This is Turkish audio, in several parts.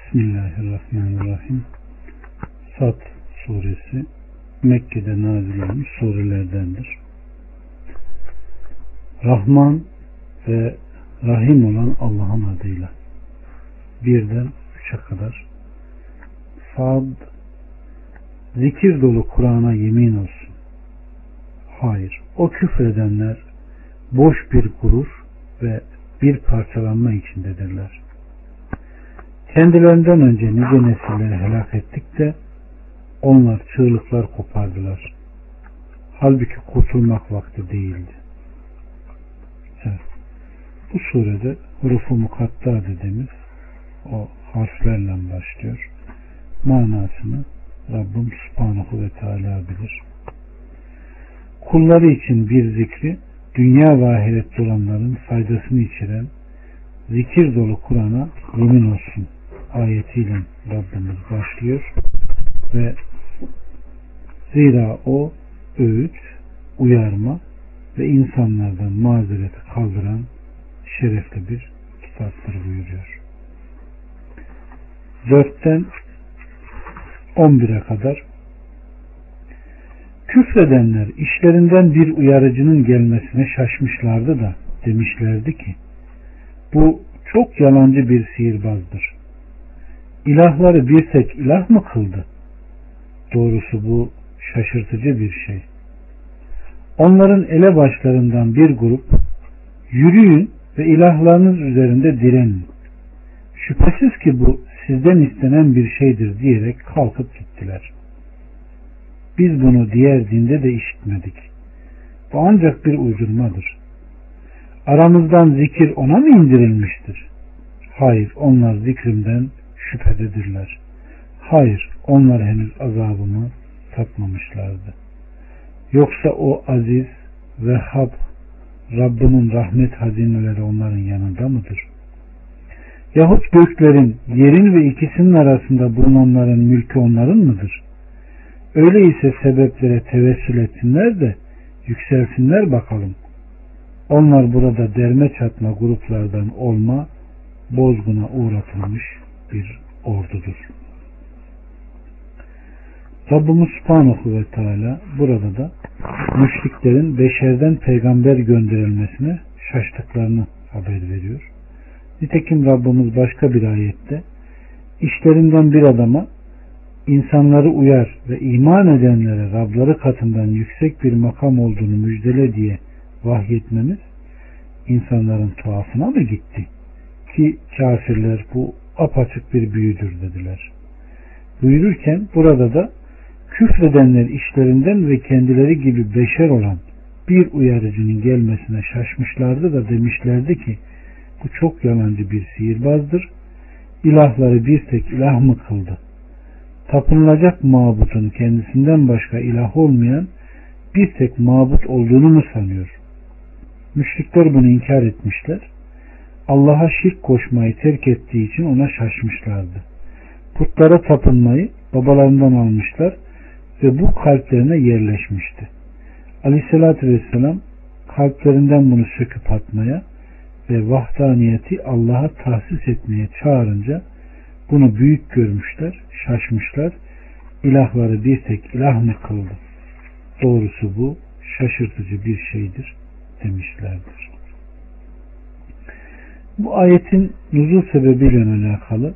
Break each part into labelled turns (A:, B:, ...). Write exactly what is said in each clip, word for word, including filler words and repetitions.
A: Bismillahirrahmanirrahim. Sad suresi Mekke'de nazil olmuş surelerdendir. Rahman ve Rahim olan Allah'ın adıyla. Birden üçe kadar. Sad, zikir dolu Kur'an'a yemin olsun. Hayır, o küfredenler boş bir gurur ve bir parçalanma içindedirler. Kendilerinden önce nice nesilleri helak ettik de onlar çığlıklar kopardılar. Halbuki kurtulmak vakti değildi. Evet. Bu surede hurufu mukatta dediğimiz o harflerle başlıyor. Manasını Rabbim Subhanahu ve Teala bilir. Kulları için bir zikri, dünya ve ahirette olanların faydasını içeren zikir dolu Kur'an'a yemin olsun ayetiyle Rabbimiz başlıyor ve zira o öğüt, uyarma ve insanlardan mazereti kaldıran şerefli bir kitaptır buyuruyor. dörtten on bire kadar küfredenler işlerinden bir uyarıcının gelmesine şaşmışlardı da demişlerdi ki bu çok yalancı bir sihirbazdır. İlahları bir tek ilah mı kıldı? Doğrusu bu şaşırtıcı bir şey. Onların elebaşlarından bir grup yürüyün ve ilahlarınız üzerinde direnin. Şüphesiz ki bu sizden istenen bir şeydir diyerek kalkıp gittiler. Biz bunu diğer dinde de işitmedik. Bu ancak bir uydurmadır. Aramızdan zikir ona mı indirilmiştir? Hayır, onlar zikrimden şüphededirler. Hayır, onlar henüz azabımı tatmamışlardı. Yoksa o aziz, Vehhab, Rabbinin rahmet hazineleri onların yanında mıdır? Yahut göklerin, yerin ve ikisinin arasında bulunanların mülkü onların mıdır? Öyleyse sebeplere tevessül etsinler de yükselsinler bakalım. Onlar burada derme çatma gruplardan olma, bozguna uğratılmış bir ordudur. Rabbimiz Subhanahu ve Teala burada da müşriklerin beşerden peygamber gönderilmesine şaştıklarını haber veriyor. Nitekim Rabbimiz başka bir ayette işlerinden bir adama insanları uyar ve iman edenlere Rabları katından yüksek bir makam olduğunu müjdele diye vahyetmemiz insanların tuhafına mı gitti? Ki kafirler bu apaçık bir büyüdür dediler. Buyururken burada da küfredenler işlerinden ve kendileri gibi beşer olan bir uyarıcının gelmesine şaşmışlardı da demişlerdi ki bu çok yalancı bir sihirbazdır. İlahları bir tek ilah mı kıldı? Tapınılacak mabutun kendisinden başka ilah olmayan bir tek mabut olduğunu mu sanıyor? Müşrikler bunu inkar etmişler. Allah'a şirk koşmayı terk ettiği için ona şaşmışlardı. Putlara tapınmayı babalarından almışlar ve bu kalplerine yerleşmişti. Aleyhissalatü vesselam kalplerinden bunu söküp atmaya ve vahdaniyeti Allah'a tahsis etmeye çağırınca bunu büyük görmüşler, şaşmışlar. İlahları bir tek ilah mı kıldı? Doğrusu bu şaşırtıcı bir şeydir demişlerdir. Bu ayetin nuzul sebebiyle alakalı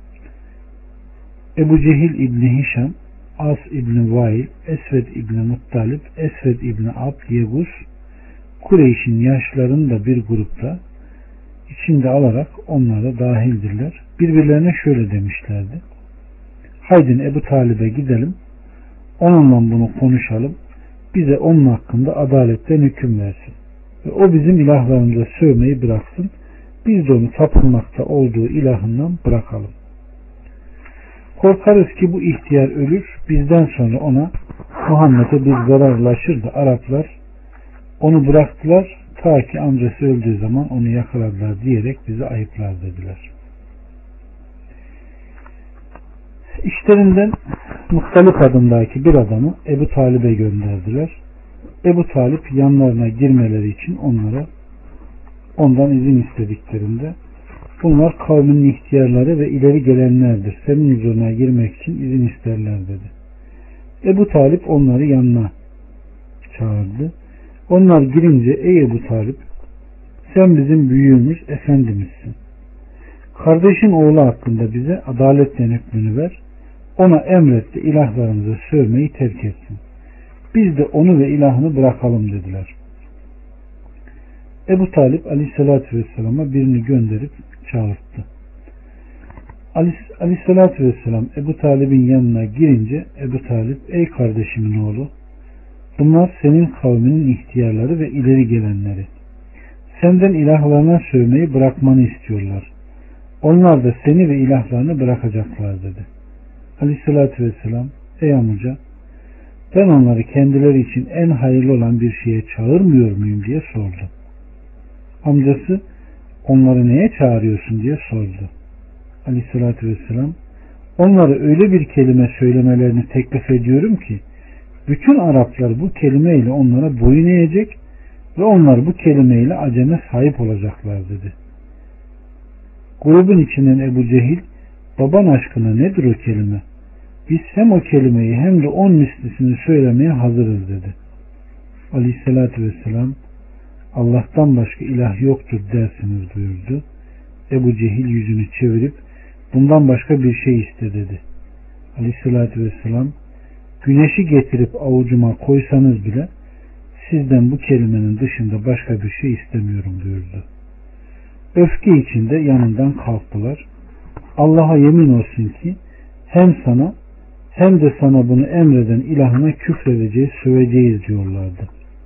A: Ebu Cehil İbni Hişam, As İbni Vail, Esved İbni Muttalib, Esved İbni Abd Yegus, Kureyş'in yaşlarını da bir grupta içinde alarak onlara dahildirler. Birbirlerine şöyle demişlerdi. Haydin Ebu Talib'e gidelim, onunla bunu konuşalım, bize onun hakkında adaletten hüküm versin. Ve o bizim ilahlarımıza sövmeyi bıraksın, biz de onu tapınmakta olduğu ilahından bırakalım. Korkarız ki bu ihtiyar ölür, bizden sonra ona Muhammed'e bir zararlaşır da Araplar onu bıraktılar ta ki amcası öldüğü zaman onu yakaladılar diyerek bizi ayıplar dediler. İşlerinden Muttalip adındaki bir adamı Ebu Talib'e gönderdiler. Ebu Talip yanlarına girmeleri için onlara ondan izin istediklerinde Bunlar kavminin ihtiyarları ve ileri gelenlerdir. Senin huzuruna girmek için izin isterler dedi. Ebu Talip onları yanına çağırdı. Onlar girince ey Ebu Talip, sen bizim büyüğümüz, efendimizsin. Kardeşin oğlu hakkında bize adaletle hükmünü ver. Ona emret de ilahlarımızı sövmeyi terk etsin. Biz de onu ve ilahını bırakalım dediler. Ebu Talip aleyhissalatü vesselama birini gönderip çağırttı. Aleyhissalatü vesselam Ebu Talib'in yanına girince Ebu Talip, ey kardeşimin oğlu, bunlar senin kavminin ihtiyarları ve ileri gelenleri. Senden ilahlarına sövmeyi bırakmanı istiyorlar. Onlar da seni ve ilahlarını bırakacaklar dedi. Aleyhissalatü vesselam, ey amca, ben onları kendileri için en hayırlı olan bir şeye çağırmıyor muyum diye sordu. Amcası, onları neye çağırıyorsun diye sordu. Aleyhissalatü vesselam, onları öyle bir kelime söylemelerini teklif ediyorum ki bütün Araplar bu kelimeyle onlara boyun eğecek ve onlar bu kelimeyle aceme sahip olacaklar dedi. Grubun içinden Ebu Cehil, baban aşkına nedir o kelime? Biz hem o kelimeyi hem de on mislisini söylemeye hazırız dedi. Aleyhissalatü vesselam, Allah'tan başka ilah yoktur dersiniz buyurdu. Ebu Cehil yüzünü çevirip bundan başka bir şey iste dedi. Aleyhissalatü vesselam, güneşi getirip avucuma koysanız bile sizden bu kelimenin dışında başka bir şey istemiyorum buyurdu. Öfke içinde yanından kalktılar. Allah'a yemin olsun ki hem sana hem de sana bunu emreden ilahına küfredeceğiz, söveceğiz diyorlardı.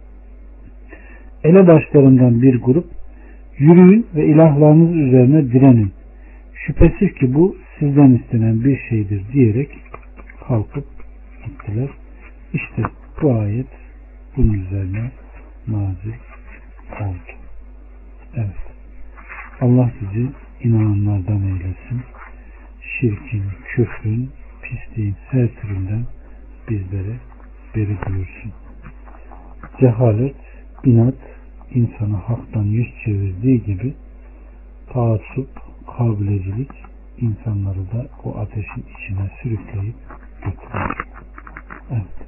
A: Elebaşlarından bir grup, yürüyün ve ilahlarınız üzerine direnin. Şüphesiz ki bu sizden istenen bir şeydir diyerek kalkıp gittiler. İşte bu ayet bunun üzerine nazil oldu. Evet. Allah bizi inananlardan eylesin. Şirkin, küfrün, pisliğin her türünden bizlere beri buyursun. Cehalet, inat insanı haktan yüz çevirdiği gibi taassup, kabilecilik insanları da o ateşin içine sürükleyip götürür. Evet.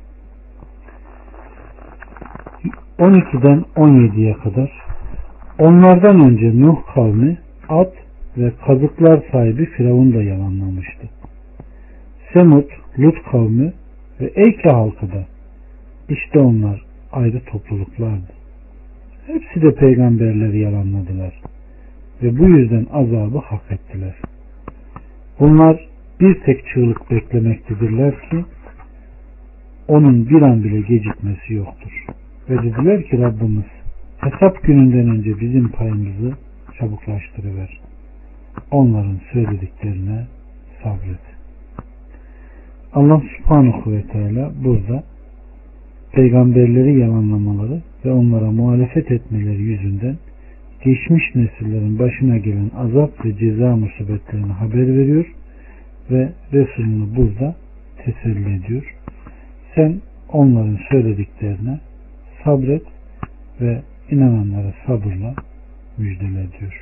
A: on ikiden on yediye kadar onlardan önce Nuh kavmi at ve kazıklar sahibi Firavun da yalanlamıştı. Semud, Lut kavmi ve Eyke halkı da işte onlar ayrı topluluklardı. Hepsi de peygamberleri yalanladılar ve bu yüzden azabı hak ettiler. Bunlar bir tek çığlık beklemektedirler ki onun bir an bile gecikmesi yoktur. Ve dediler ki Rabbimiz hesap gününden önce bizim payımızı çabuklaştırıver. Onların söylediklerine sabret. Allah Subhanahu ve Teala burada peygamberleri yalanlamaları ve onlara muhalefet etmeleri yüzünden geçmiş nesillerin başına gelen azap ve ceza musibetlerini haber veriyor ve Resulünü burada teselli ediyor. Sen onların söylediklerine sabret ve inananlara sabırla müjdele ediyor.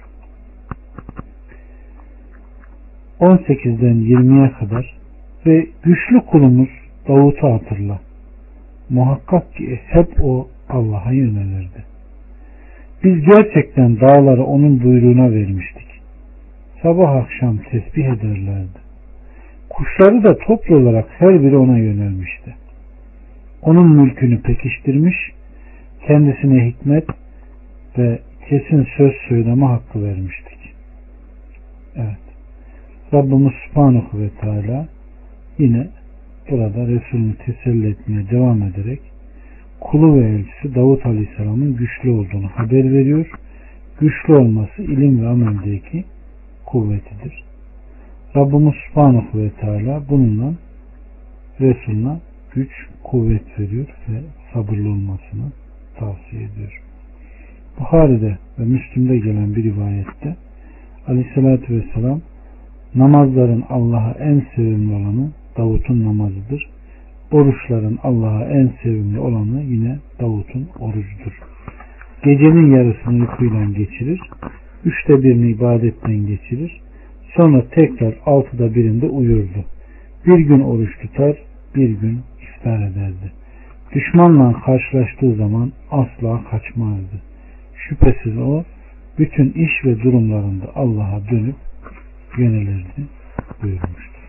A: on sekizden yirmiye kadar ve güçlü kulumuz Davut'u hatırla. Muhakkak ki hep o Allah'a yönelirdi. Biz gerçekten dağları onun buyruğuna vermiştik. Sabah akşam tesbih ederlerdi. Kuşları da toplu olarak her biri ona yönelmişti. Onun mülkünü pekiştirmiş, kendisine hikmet ve kesin söz söyleme hakkı vermiştik. Evet. Rabbimiz Subhanahu ve Teala yine burada Resulünü teselli etmeye devam ederek kulu ve elçisi Davut Aleyhisselam'ın güçlü olduğunu haber veriyor. Güçlü olması ilim ve ameldeki kuvvetidir. Rabbimiz Subhanahu ve Teala bununla Resulüne güç, kuvvet veriyor ve sabırlı olmasını tavsiye ediyor. Buhari'de ve Müslim'de gelen bir rivayette Aleyhisselatü Vesselam namazların Allah'a en sevimli olanı Davut'un namazıdır. Oruçların Allah'a en sevimli olanı yine Davut'un orucudur. Gecenin yarısını uykuyla geçirir üçte birini ibadetten geçirir. Sonra tekrar altıda birinde uyurdu. Bir gün oruç tutar, bir gün iftar ederdi. Düşmanla karşılaştığı zaman asla kaçmazdı. Şüphesiz o bütün iş ve durumlarında Allah'a dönüp yönelirdi buyurmuştur.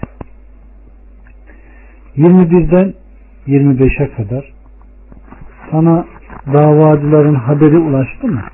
A: yirmi birden yirmi beşe kadar sana davacıların haberi ulaştı mı?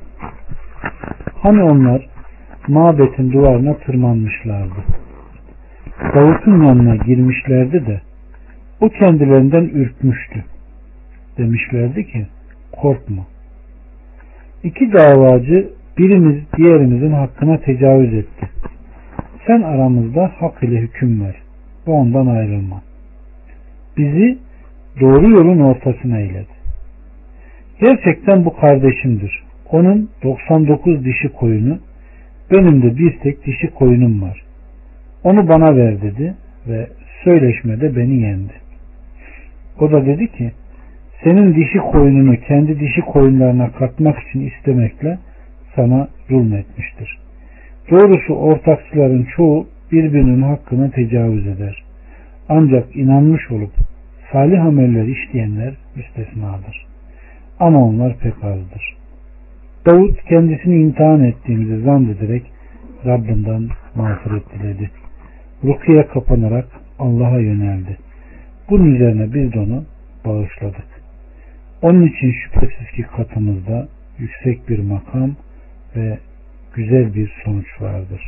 A: Hani onlar mabetin duvarına tırmanmışlardı. Davut'un yanına girmişlerdi de o kendilerinden ürkmüştü. Demişlerdi ki korkma. İki davacı birimiz diğerimizin hakkına tecavüz etti. Sen aramızda hak ile hüküm ver ve ondan ayrılma. Bizi doğru yolun ortasına eyledi. Gerçekten bu kardeşimdir. Onun doksan dokuz dişi koyunu, benim de bir tek dişi koyunum var. Onu bana ver dedi ve söyleşmede beni yendi. O da dedi ki senin dişi koyununu kendi dişi koyunlarına katmak için istemekle sana zulmetmiştir. Doğrusu ortakçıların çoğu birbirinin hakkına tecavüz eder. Ancak inanmış olup salih ameller işleyenler müstesnadır. Ama onlar pek azdır. Davut kendisini imtihan ettiğimizi zannederek Rabbinden mağfiret diledi. Rukiye kapanarak Allah'a yöneldi. Bunun üzerine biz de onu bağışladık. Onun için şüphesiz ki katımızda yüksek bir makam ve güzel bir sonuç vardır.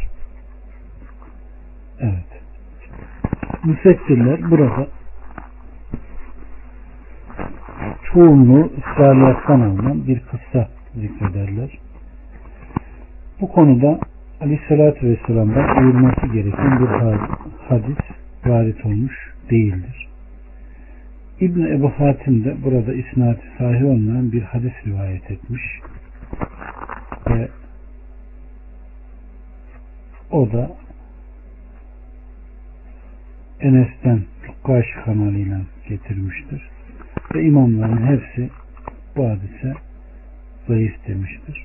A: Evet. Müfessirler burada çoğunluğu İsrailiyattan alınan bir kıssa zikrederler. Bu konuda Aleyhisselatü Vesselam'dan uyulması gereken bir hadis varit olmuş değildir. İbn Ebu Hatim de burada isnatı sahih olmayan bir hadis rivayet etmiş ve o da Enes'ten Rukkaş kanalıyla getirmiştir ve imamların hepsi bu hadise zayıf demiştir.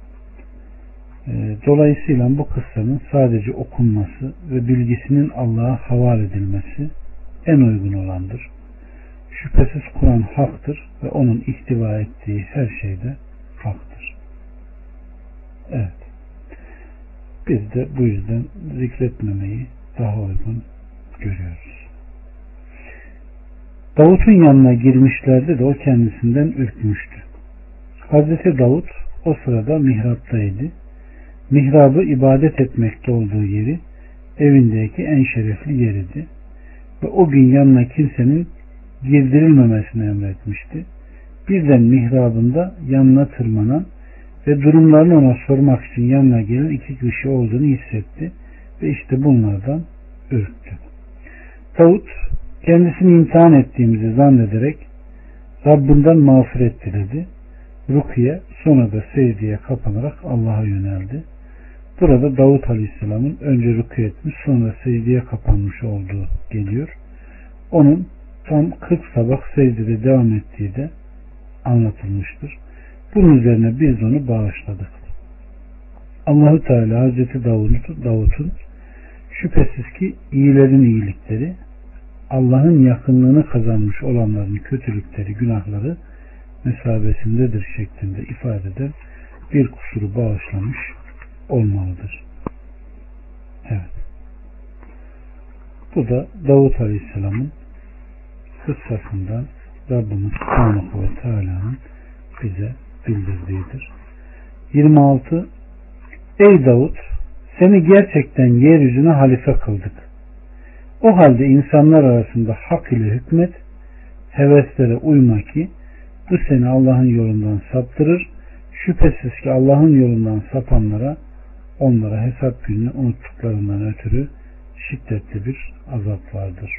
A: Dolayısıyla bu kıssanın sadece okunması ve bilgisinin Allah'a havale edilmesi en uygun olandır. Şüphesiz Kur'an haktır ve onun ihtiva ettiği her şeyde haktır. Evet. Biz de bu yüzden zikretmemeyi daha uygun görüyoruz. Davut'un yanına girmişlerdi de o kendisinden ürkmüştü. Hazreti Davut o sırada mihraptaydı. Mihrabı ibadet etmekte olduğu yeri evindeki en şerefli yeriydi. Ve o gün yanına kimsenin girdirilmemesini emretmişti. Birden mihrabında yanına tırmanan ve durumlarını ona sormak için yanına gelen iki kişi olduğunu hissetti ve işte bunlardan ürktü. Davut kendisini imtihan ettiğimizi zannederek Rabbinden mağfiret diledi. Rukiye sonra da secdeye kapanarak Allah'a yöneldi. Burada Davut Aleyhisselam'ın önce rukiye etmiş sonra secdeye kapanmış olduğu geliyor. Onun tam kırk sabah secdede devam ettiği de anlatılmıştır. Bunun üzerine biz onu bağışladık. Allah-u Teala Hazreti Davut'un şüphesiz ki iyilerin iyilikleri, Allah'ın yakınlığını kazanmış olanların kötülükleri, günahları mesabesindedir şeklinde ifade eden bir kusuru bağışlamış olmalıdır. Evet. Bu da Davut Aleyhisselam'ın kıssasından Rabbimiz Subhanahu ve Teala'nın bize bildirdiğidir. yirmi altı Ey Davut, seni gerçekten yeryüzüne halife kıldık. O halde insanlar arasında hak ile hükmet, heveslere uyma ki bu seni Allah'ın yolundan saptırır. Şüphesiz ki Allah'ın yolundan sapanlara, onlara hesap gününü unuttuklarından ötürü şiddetli bir azap vardır.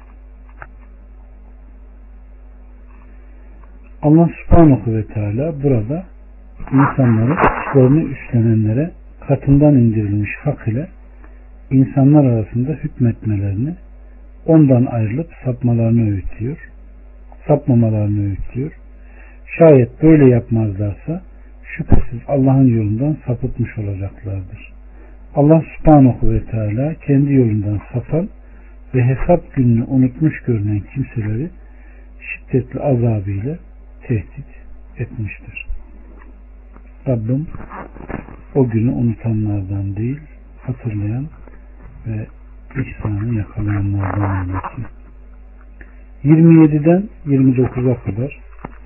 A: Allah Subhanahu ve Teala burada insanların işlerini üstlenenlere katından indirilmiş hak ile insanlar arasında hükmetmelerini, ondan ayrılıp sapmalarını öğütlüyor. Sapmamalarını öğütlüyor. Şayet böyle yapmazlarsa şüphesiz Allah'ın yolundan sapıtmış olacaklardır. Allah subhanahu ve teala kendi yolundan sapan ve hesap gününü unutmuş görünen kimseleri şiddetli azabıyla tehdit etmiştir. Rabbim o günü unutanlardan değil, hatırlayan ve ihsanı yakalayanlardan eylesin. yirmi yediden yirmi dokuza kadar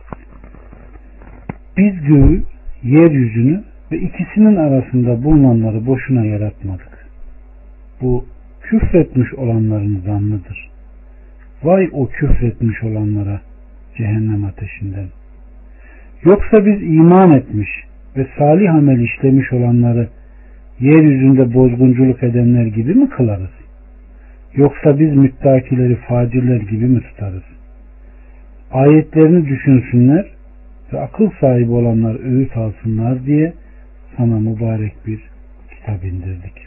A: biz göğü, yeryüzünü ve ikisinin arasında bulunanları boşuna yaratmadık. Bu küfretmiş olanların zannıdır. Vay o küfretmiş olanlara cehennem ateşinden. Yoksa biz iman etmiş ve salih amel işlemiş olanları yeryüzünde bozgunculuk edenler gibi mi kılarız? Yoksa biz müttakileri facirler gibi mi tutarız? Ayetlerini düşünsünler ve akıl sahibi olanlar öğüt alsınlar diye sana mübarek bir kitap indirdik.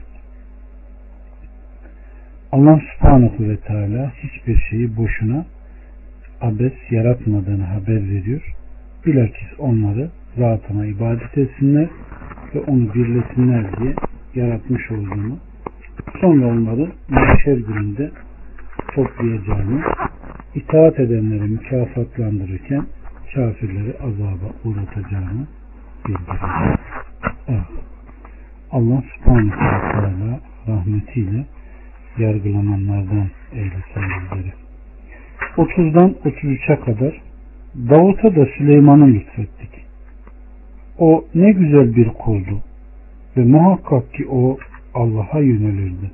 A: Allah subhanahu ve teala hiçbir şeyi boşuna abes yaratmadığını haber veriyor. Bilakis onları zatına ibadet etsinler ve onu birlesinler diye yaratmış olduğunu, sonra onları mahşer gününde toplayacağını, itaat edenleri mükafatlandırırken kafirleri azaba uğratacağını bildiriyor. Evet. Allah subhanahu ve teala rahmetiyle yargılananlardan eylesin bizleri. otuzdan otuz üçe kadar Davut'a da Süleyman'ı lütfettik. O ne güzel bir kuldu ve muhakkak ki o Allah'a yönelirdi.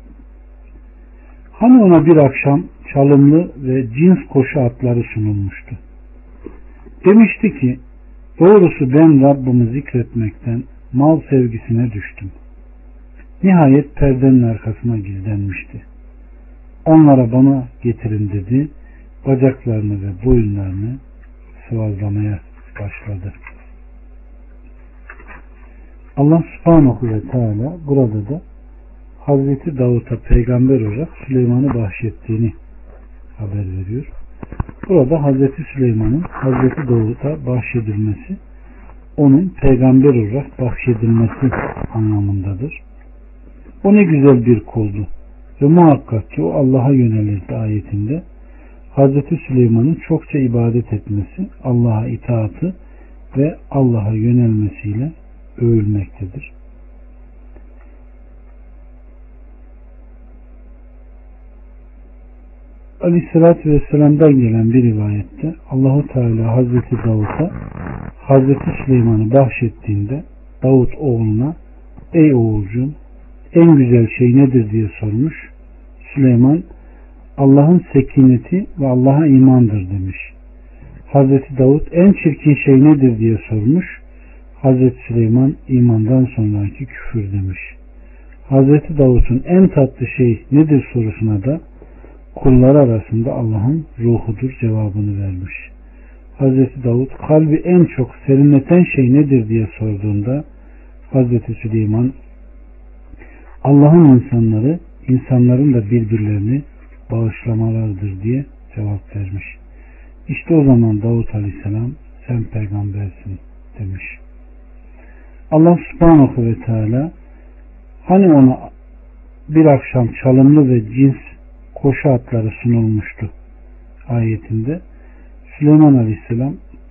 A: Hani ona bir akşam çalımlı ve cins koşu atları sunulmuştu. Demişti ki, doğrusu ben Rabbimi zikretmekten mal sevgisine düştüm. Nihayet perdenin arkasına gizlenmişti. Onlara bana getirin dedi, bacaklarını ve boyunlarını sıvazlamaya başladı. Allah subhanahu ve teala burada da Hazreti Davut'a peygamber olarak Süleyman'ı bahşettiğini haber veriyor. Burada Hazreti Süleyman'ın Hazreti Davut'a bahşedilmesi, onun peygamber olarak bahşedilmesi anlamındadır. O ne güzel bir kuldu ve muhakkak ki o Allah'a yönelirdi ayetinde Hazreti Süleyman'ın çokça ibadet etmesi, Allah'a itaatı ve Allah'a yönelmesiyle övülmektedir. Aleyhissalatü Vesselam'dan gelen bir rivayette Allahu Teala Hazreti Davut'a Hazreti Süleyman'ı bahşettiğinde Davut oğluna ey oğulcum en güzel şey nedir diye sormuş. Süleyman Allah'ın sekineti ve Allah'a imandır demiş. Hazreti Davut en çirkin şey nedir diye sormuş. Hazreti Süleyman imandan sonraki küfür demiş. Hazreti Davut'un en tatlı şey nedir sorusuna da kullar arasında Allah'ın ruhudur cevabını vermiş. Hazreti Davut kalbi en çok serinleten şey nedir diye sorduğunda Hazreti Süleyman Allah'ın insanları insanların da birbirlerini bağışlamalardır diye cevap vermiş. İşte o zaman Davut Aleyhisselam sen peygambersin demiş. Allah subhanahu ve teala hani ona bir akşam çalımlı ve cins koşu atları sunulmuştu ayetinde Süleyman Aleyhisselam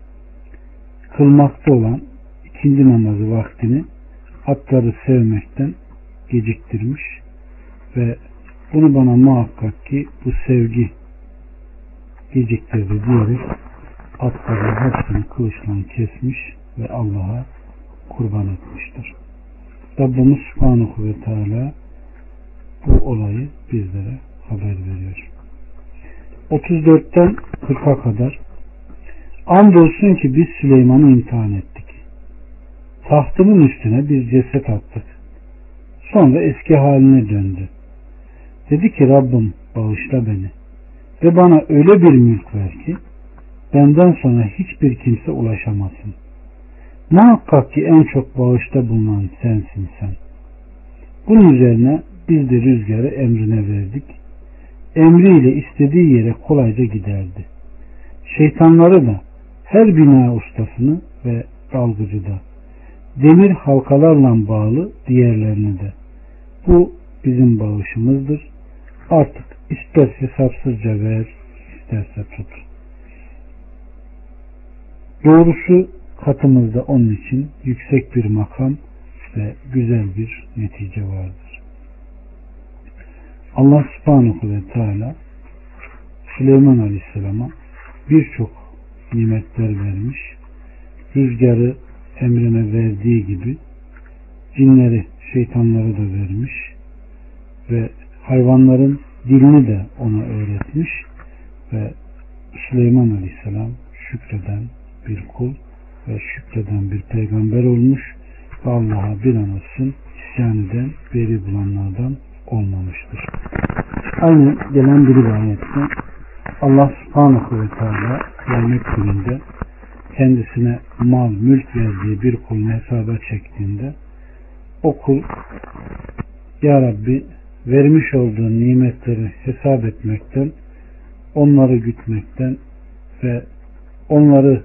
A: kılmakta olan ikindi namazı vaktini atları sevmekten geciktirmiş ve bunu bana muhakkak ki bu sevgi geciktirdi diyerek atların hepsini kılıçla kesmiş ve Allah'a kurban etmiştir. Rabbimiz Subhanahu ve Teala bu olayı bizlere haber veriyor. otuz dörtten kırka kadar andolsun ki biz Süleyman'ı imtihan ettik. Tahtımın üstüne bir ceset attık. Sonra eski haline döndü. Dedi ki Rabbim bağışla beni ve bana öyle bir mülk ver ki benden sonra hiçbir kimse ulaşamasın. Muhakkak ki en çok bağışta bulunan sensin sen. Bunun üzerine biz de rüzgarı emrine verdik. Emriyle istediği yere kolayca giderdi. Şeytanları da her bina ustasını ve dalgıcı da demir halkalarla bağlı diğerlerini de. Bu bizim bağışımızdır. Artık ister hesapsızca ver, isterse tut. Doğrusu katımızda onun için yüksek bir makam ve güzel bir netice vardır. Allah subhanahu ve teala Süleyman Aleyhisselam'a birçok nimetler vermiş. Rüzgarı emrine verdiği gibi cinleri, şeytanları da vermiş ve hayvanların dilini de ona öğretmiş ve Süleyman Aleyhisselam şükreden bir kul ve şükreden bir peygamber olmuş ve Allah'a bir an olsun isyan eden, veri bulanlardan olmamıştır. Aynı gelen bir rivayette Allah subhanahu ve teala kıyamet gününde kendisine mal, mülk verdiği bir kulunu hesaba çektiğinde o kul, Ya Rabbi, vermiş olduğun nimetleri hesap etmekten, onları gütmekten ve onları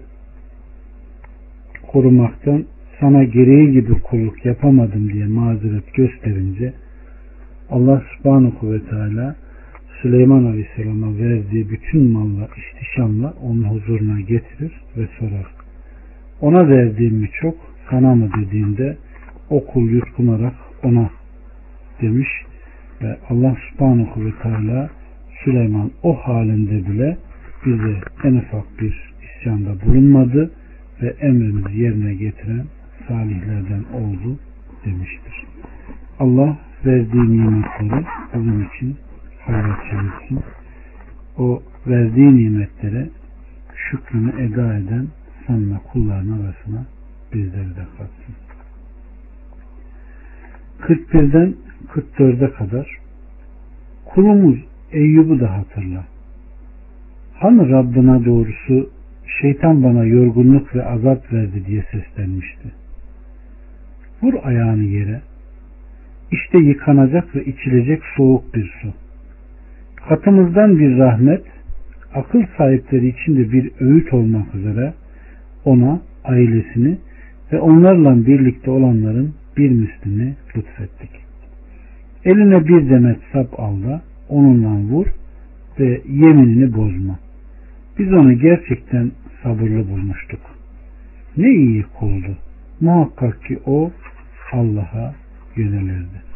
A: korumaktan sana gereği gibi kulluk yapamadım diye mazeret gösterince Allah subhanahu ve teala Süleyman Aleyhisselam'a verdiği bütün malla, ihtişamla onun huzuruna getirir ve sorar. Ona verdiğim mi çok, sana mı dediğinde o kul yutkunarak ona demiş ve Allah subhanahu ve teala Süleyman o halinde bile bize en ufak bir isyanda bulunmadı ve emrimizi yerine getiren salihlerden oldu demiştir. Allah verdiği nimetleri bizim için hayat çevirsin. O verdiği nimetlere şükrünü eda eden samimi kulların arasına bizleri de katsın. kırk birden kırk dörde kadar kulumuz Eyyub'u da hatırla. Hani Rabbına doğrusu şeytan bana yorgunluk ve azap verdi diye seslenmişti. Vur ayağını yere. İşte yıkanacak ve içilecek soğuk bir su. Katımızdan bir rahmet, akıl sahipleri için de bir öğüt olmak üzere ona, ailesini ve onlarla birlikte olanların bir mislini lütfettik. Eline bir demet sap al da onunla vur ve yeminini bozma. Biz onu gerçekten sabırlı bulmuştuk. Ne iyi kuldu. Muhakkak ki o Allah'a yönelirdi.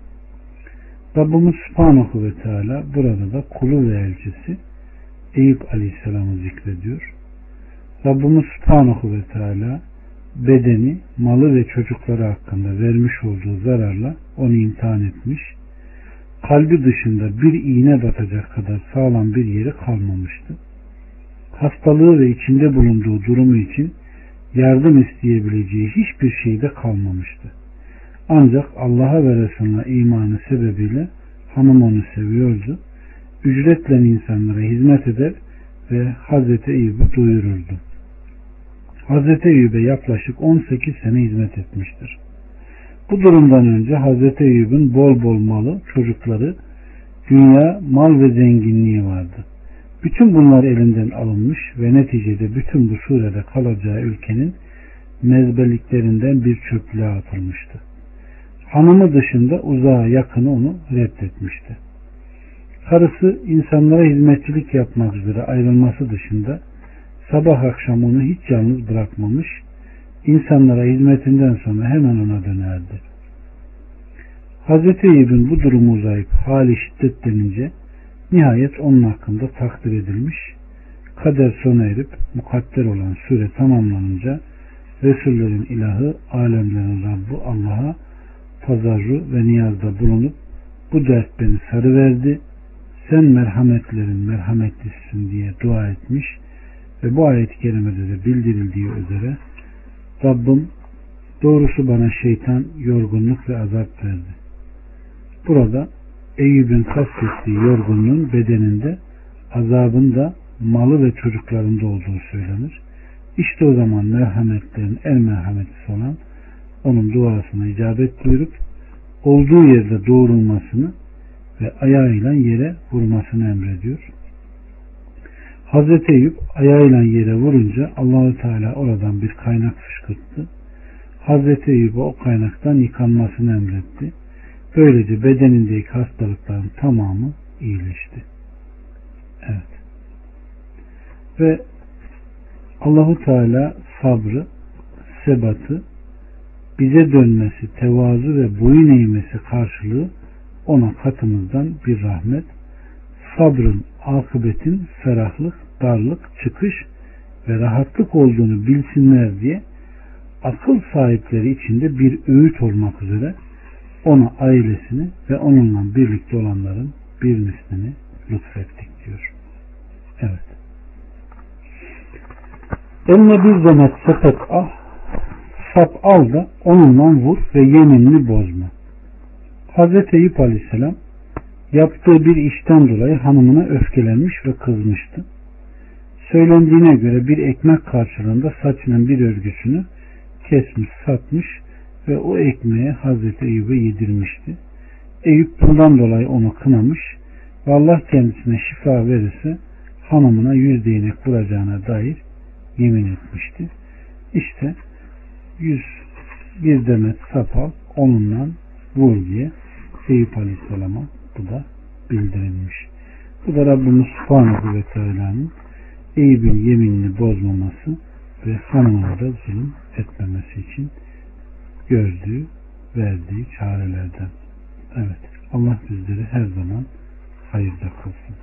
A: Rabbimiz Subhanahu ve Teala burada da kulu ve elçisi Eyüp Aleyhisselam'ı zikrediyor. Rabbimiz Subhanahu ve Teala bedeni, malı ve çocukları hakkında vermiş olduğu zararla onu imtihan etmiş. Kalbi dışında bir iğne batacak kadar sağlam bir yeri kalmamıştı. Hastalığı ve içinde bulunduğu durumu için yardım isteyebileceği hiçbir şey de kalmamıştı. Ancak Allah'a ve Resulüne imanı sebebiyle hanım onu seviyordu. Ücretle insanlara hizmet eder ve Hazreti Eyyub'u doyururdu. Hazreti Eyyub'e yaklaşık on sekiz sene hizmet etmiştir. Bu durumdan önce Hazreti Eyyub'un bol bol malı, çocukları, dünya, mal ve zenginliği vardı. Bütün bunlar elinden alınmış ve neticede bütün bu surede kalacağı ülkenin mezbeliklerinden bir çöplüğe atılmıştı. Hanımı dışında uzağa yakını onu reddetmişti. Karısı insanlara hizmetçilik yapmak üzere ayrılması dışında sabah akşam onu hiç yalnız bırakmamış, insanlara hizmetinden sonra hemen ona dönerdi. Hazreti Eyyub'un bu durumu uzayıp hali şiddetlenince nihayet onun hakkında takdir edilmiş, kader sona erip mukadder olan süre tamamlanınca Resullerin ilahı, alemlerin Rabbi Allah'a tazarru ve niyazda bulunup bu dert beni sarıverdi, sen merhametlerin merhametlisisin diye dua etmiş ve bu ayet-i kerimede de bildirildiği üzere Rabbim doğrusu bana şeytan yorgunluk ve azap verdi. Burada Eyyub'un kastettiği yorgunluğun bedeninde, azabın da malı ve çocuklarında olduğu söylenir. İşte o zaman merhametlerin en merhametlisi olan onun duasına icabet buyurup olduğu yerde doğrulmasını ve ayağıyla yere vurmasını emrediyor. Hazreti Eyüp ayağıyla yere vurunca Allah-u Teala oradan bir kaynak fışkırttı. Hazreti Eyyub'a o kaynaktan yıkanmasını emretti. Böylece bedenindeki hastalıkların tamamı iyileşti. Evet. Ve Allahu Teala sabrı, sebatı, bize dönmesi, tevazu ve boyun eğmesi karşılığı ona katımızdan bir rahmet, sabrın, akıbetin ferahlık, darlık, çıkış ve rahatlık olduğunu bilsinler diye akıl sahipleri içinde bir öğüt olmak üzere ona ailesini ve onunla birlikte olanların bir mislini lütfettik diyor. Evet. Eline bir demet sepet al, sap al da onunla vur ve yeminini bozma. Hazreti Eyüp Aleyhisselam yaptığı bir işten dolayı hanımına öfkelenmiş ve kızmıştı. Söylendiğine göre bir ekmek karşılığında saçının bir örgüsünü kesmiş, satmış ve o ekmeği Hazreti Eyüp'e yedirmişti. Eyüp bundan dolayı onu kınamış ve Allah kendisine şifa verirse hanımına yüz değnek vuracağına dair yemin etmişti. İşte yüz bir demet sap al, onunla vur diye Eyüp Aleyhisselam'a bu da bildirilmiş. Bu da Rabbimiz Subhanahu ve Teala'nın Eyüp'ün yeminini bozmaması ve hanımına da zulüm etmemesi için gördüğü, verdiği çarelerden. Evet. Allah bizleri her zaman hayırda kılsın.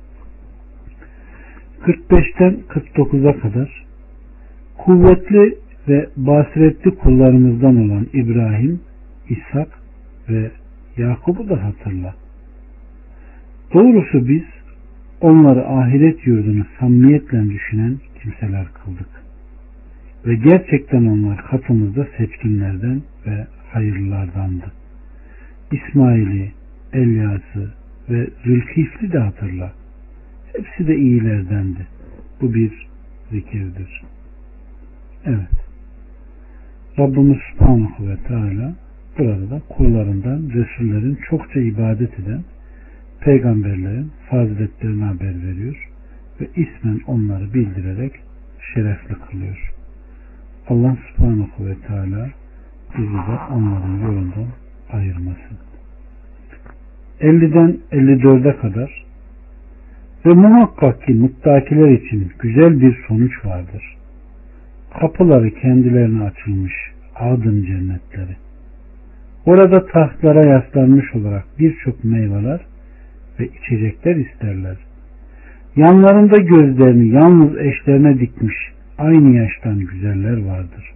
A: kırk beşten kırk dokuza kadar kuvvetli ve basiretli kullarımızdan olan İbrahim, İshak ve Yakub'u da hatırla. Doğrusu biz onları ahiret yurdunu samimiyetle düşünen kimseler kıldık. Ve gerçekten onlar katımızda seçkinlerden ve hayırlılardandı. İsmail'i, Elyas'ı ve Zülkifli de hatırla. Hepsi de iyilerdendi. Bu bir zikirdir. Evet. Rabbimiz Subhanahu ve Teala burada da kullarından Resullerin çokça ibadet eden peygamberlerin faziletlerine haber veriyor ve ismen onları bildirerek şerefli kılıyor. Allah Subhanahu ve Teala bizi de onların yolundan ayırmasın. elliden elli dörde kadar ve muhakkak ki muttakiler için güzel bir sonuç vardır. Kapıları kendilerine açılmış adın cennetleri. Orada tahtlara yaslanmış olarak birçok meyveler ve içecekler isterler. Yanlarında gözlerini yalnız eşlerine dikmiş aynı yaştan güzeller vardır.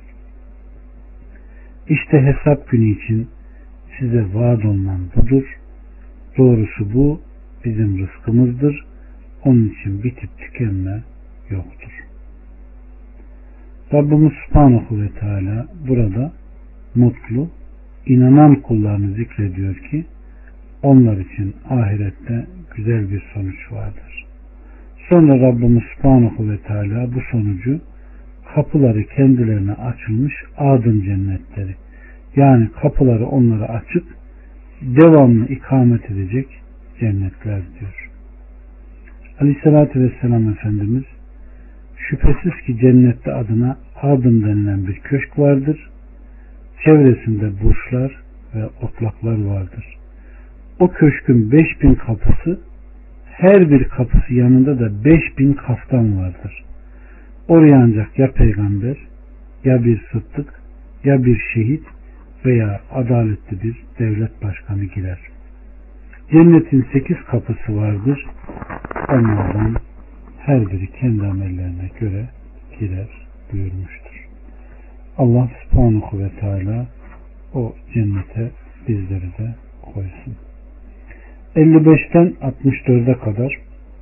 A: İşte hesap günü için size vaat olunan budur. Doğrusu bu bizim rızkımızdır. Onun için bitip tükenme yoktur. Rabbimiz Subhanahu ve Teala burada mutlu, inanan kullarını zikrediyor ki onlar için ahirette güzel bir sonuç vardır. Sonra Rabbimiz Subhanahu ve Teala bu sonucu kapıları kendilerine açılmış adın cennetleri, yani kapıları onlara açıp devamlı ikamet edecek cennetler diyor. Aleyhissalatü vesselam Efendimiz şüphesiz ki cennette adına Adın denilen bir köşk vardır. Çevresinde burçlar ve otlaklar vardır. O köşkün beş bin kapısı, her bir kapısı yanında da beş bin kaftan vardır. Oraya ancak ya peygamber, ya bir sıddık, ya bir şehit veya adaletli bir devlet başkanı girer. Cennetin sekiz kapısı vardır. Onlardan her biri kendi amellerine göre girer buyurmuştur. Allah Subhanahu ve Teala o cennete bizleri de koysun. elli beşten altmış dörde kadar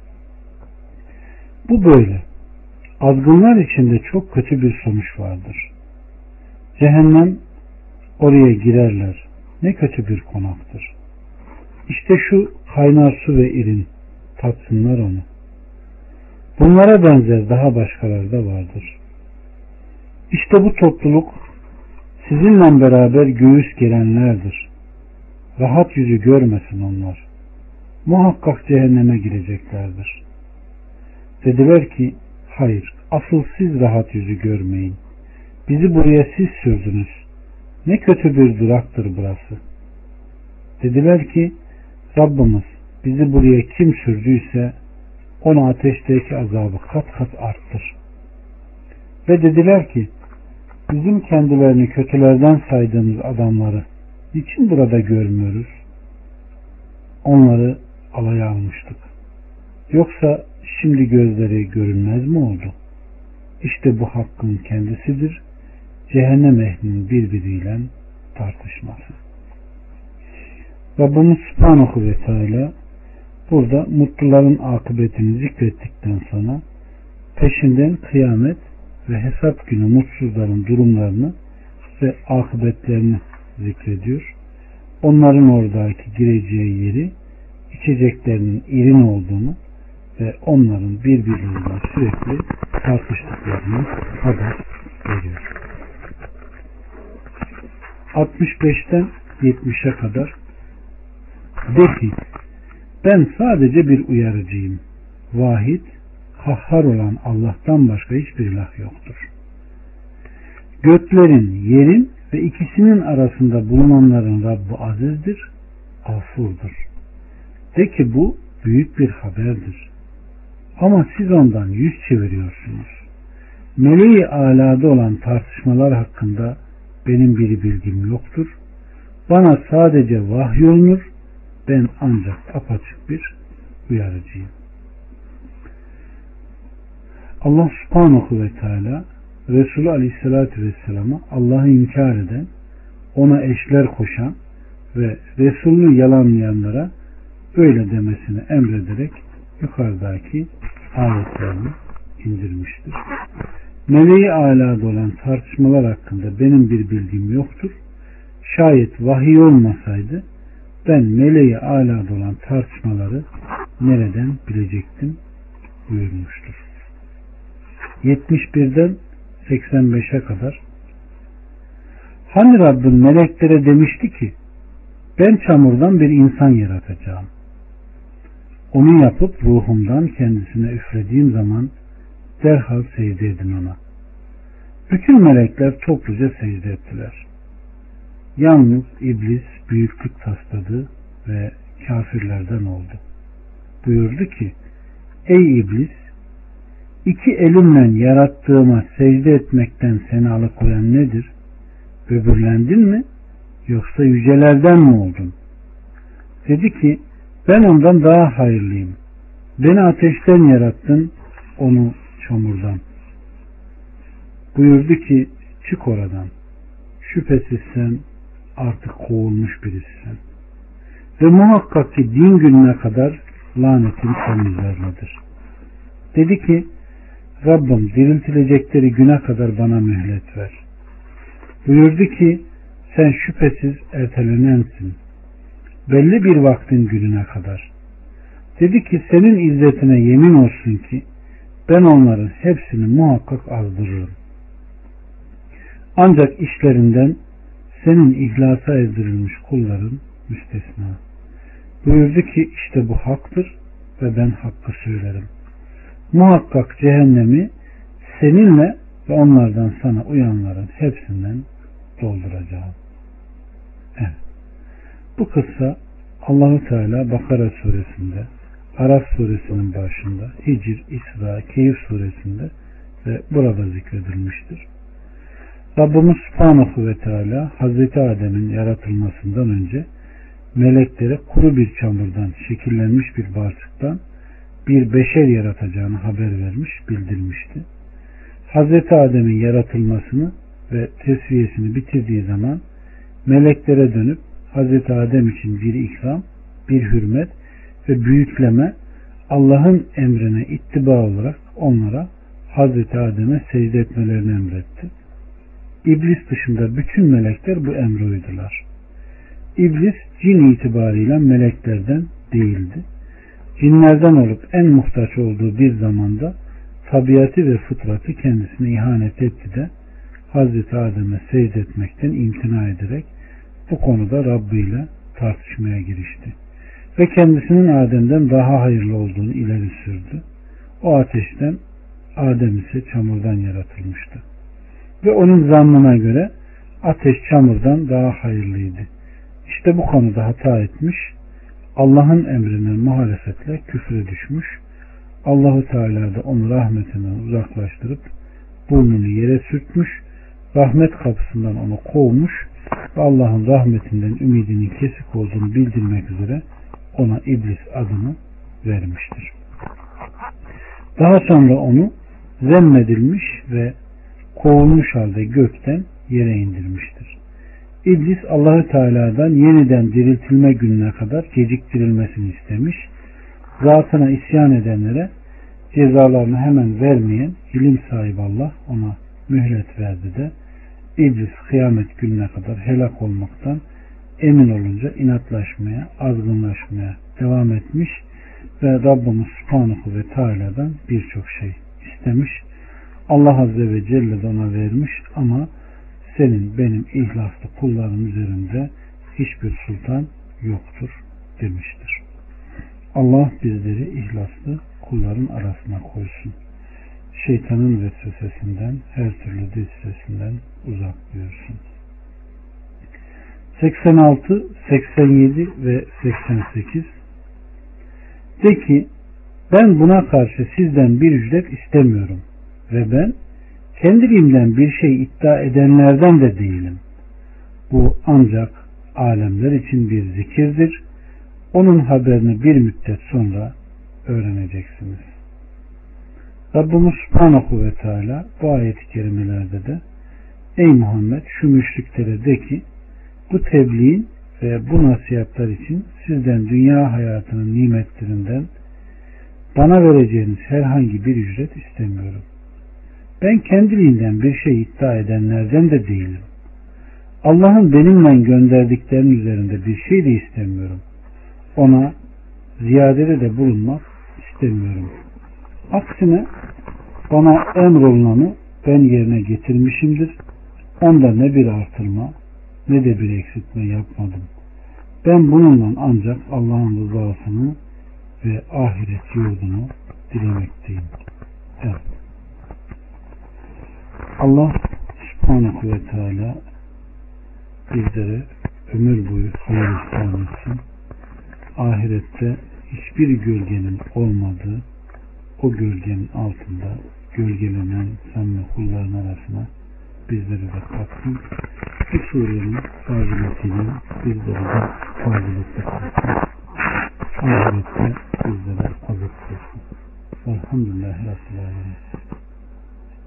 A: bu böyle. Azgınlar içinde çok kötü bir sonuç vardır. Cehennem, oraya girerler. Ne kötü bir konaktır. İşte şu kaynar su ve irin, tatsınlar onu. Bunlara benzer daha başkaları da vardır. İşte bu topluluk sizinle beraber göğüs gelenlerdir. Rahat yüzü görmesin onlar. Muhakkak cehenneme gireceklerdir. Dediler ki, hayır, asıl siz rahat yüzü görmeyin. Bizi buraya siz sürdünüz. Ne kötü bir duraktır burası. Dediler ki Rabbimiz bizi buraya kim sürdüyse onu ateşteki azabı kat kat arttır. Ve dediler ki bizim kendilerini kötülerden saydığımız adamları niçin burada görmüyoruz? Onları alaya almıştık. Yoksa şimdi gözleri görünmez mi oldu? İşte bu hakkın kendisidir. Cehennem ehlinin birbiriyle tartışması. Rabbimiz Subhanahu ve Teala burada mutluların akıbetini zikrettikten sonra peşinden kıyamet ve hesap günü mutsuzların durumlarını ve akıbetlerini zikrediyor. Onların oradaki gireceği yeri, içeceklerinin irin olduğunu ve onların birbirleriyle sürekli tartıştıklarını haber veriyor. altmış beşten yetmişe kadar de ki ben sadece bir uyarıcıyım. Vahid, kahhar olan Allah'tan başka hiçbir ilah yoktur. Göklerin, yerin ve ikisinin arasında bulunanların Rabbi azizdir, gafurdur. De ki bu büyük bir haberdir. Ama siz ondan yüz çeviriyorsunuz. Meleği alada olan tartışmalar hakkında benim bir bilgim yoktur. Bana sadece vahyolunur. Ben ancak apaçık bir uyarıcıyım. Allah Subhanahu ve Teala Resulü Aleyhisselatü Vesselam'a Allah'ı inkar eden, ona eşler koşan ve Resulünü yalanlayanlara öyle demesini emrederek yukarıdaki ayetlerini indirmiştir. Meleği alada olan tartışmalar hakkında benim bir bilgim yoktur. Şayet vahiy olmasaydı ben meleği alada olan tartışmaları nereden bilecektim buyurmuştur. yetmiş birden seksen beşe kadar hani Rabbin meleklere demişti ki ben çamurdan bir insan yaratacağım. Onu yapıp ruhumdan kendisine üflediğim zaman derhal secde edin ona. Bütün melekler topluca secde ettiler. Yalnız iblis büyüklük tasladı ve kafirlerden oldu. Buyurdu ki ey iblis, iki elimle yarattığıma secde etmekten seni alıkoyan nedir? Böbürlendin mi? Yoksa yücelerden mi oldun? Dedi ki ben ondan daha hayırlıyım. Beni ateşten yarattın, onu çamurdan. Buyurdu ki çık oradan. Şüphesiz sen artık kovulmuş birisin. Ve muhakkak ki din gününe kadar lanetin senin üzerinedir. Dedi ki Rabbim diriltilecekleri güne kadar bana mühlet ver. Buyurdu ki sen şüphesiz ertelenensin. Belli bir vaktin gününe kadar. Dedi ki senin izzetine yemin olsun ki ben onların hepsini muhakkak azdırırım. Ancak işlerinden senin ihlasa ezdirilmiş kulların müstesna. Buyurdu ki işte bu haktır ve ben hakkı söylerim. Muhakkak cehennemi seninle ve onlardan sana uyanların hepsinden dolduracağım. Evet. Bu kıssa Allah-u Teala Bakara suresinde, Araf suresinin başında, Hicr, İsra, Keyif suresinde ve burada zikredilmiştir. Rabbimiz Subhanahu ve Teala Hazreti Adem'in yaratılmasından önce meleklere kuru bir çamurdan şekillenmiş bir bağırsaktan bir beşer yaratacağını haber vermiş, bildirmişti. Hazreti Adem'in yaratılmasını ve tesviyesini bitirdiği zaman meleklere dönüp Hazreti Adem için bir ikram, bir hürmet ve büyükleme Allah'ın emrine ittiba olarak onlara Hazreti Adem'e secde etmelerini emretti. İblis dışında bütün melekler bu emre uydular. İblis cin itibariyle meleklerden değildi. Cinlerden olup en muhtaç olduğu bir zamanda tabiatı ve fıtratı kendisine ihanet etti de Hazreti Adem'e secde etmekten imtina ederek bu konuda Rabbi ile tartışmaya girişti. Ve kendisinin Adem'den daha hayırlı olduğunu ileri sürdü. O ateşten, Adem ise çamurdan yaratılmıştı. Ve onun zannına göre ateş çamurdan daha hayırlıydı. İşte bu konuda hata etmiş, Allah'ın emrine muhalefetle küfre düşmüş, Allahu Teala da onu rahmetinden uzaklaştırıp burnunu yere sürtmüş, rahmet kapısından onu kovmuş ve Allah'ın rahmetinden ümidinin kesik olduğunu bildirmek üzere ona iblis adını vermiştir. Daha sonra onu zemmedilmiş ve kovulmuş halde gökten yere indirmiştir. İblis Allah-u Teala'dan yeniden diriltilme gününe kadar geciktirilmesini istemiş. Zatına isyan edenlere cezalarını hemen vermeyen ilim sahibi Allah ona mühlet verdi de İblis kıyamet gününe kadar helak olmaktan emin olunca inatlaşmaya, azgınlaşmaya devam etmiş ve Rabbimiz Subhanahu ve Teala'dan birçok şey istemiş. Allah Azze ve Celle de ona vermiş ama senin benim ihlaslı kullarım üzerinde hiçbir sultan yoktur demiştir. Allah bizleri ihlaslı kulların arasına koysun. Şeytanın vesvesesinden, her türlü vesvesesinden uzak buyursun. seksen altı, seksen yedi ve seksen sekiz De ki ben buna karşı sizden bir ücret istemiyorum ve ben kendiliğimden bir şey iddia edenlerden de değilim. Bu ancak alemler için bir zikirdir. Onun haberini bir müddet sonra öğreneceksiniz. Rabbimiz Subhanahu ve Teala bu ayet-i kerimelerde de ey Muhammed şu müşriklere de ki bu tebliğin ve bu nasihatler için sizden dünya hayatının nimetlerinden bana vereceğiniz herhangi bir ücret istemiyorum. Ben kendiliğinden bir şey iddia edenlerden de değilim. Allah'ın benimle gönderdiklerinin üzerinde bir şey de istemiyorum. Ona ziyadede de bulunmak istemiyorum. Aksine bana emrolunanı ben yerine getirmişimdir. Onda ne bir artırma ne de bir eksiltme yapmadım. Ben bununla ancak Allah'ın rızasını ve ahiret yurdunu dilemekteyim. Evet. Allah Subhanahu ve Teala bizlere ömür boyu hayır ihsan etsin. Ahirette hiçbir gölgenin olmadığı o gölgenin altında gölgelenen samimi kulların arasına bizleri de katsın. Bu surenin faziletiyle bizleri de fazilette katsın. Ahirette bizlere azık olsun. Elhamdülillahi Rabbil Alemin.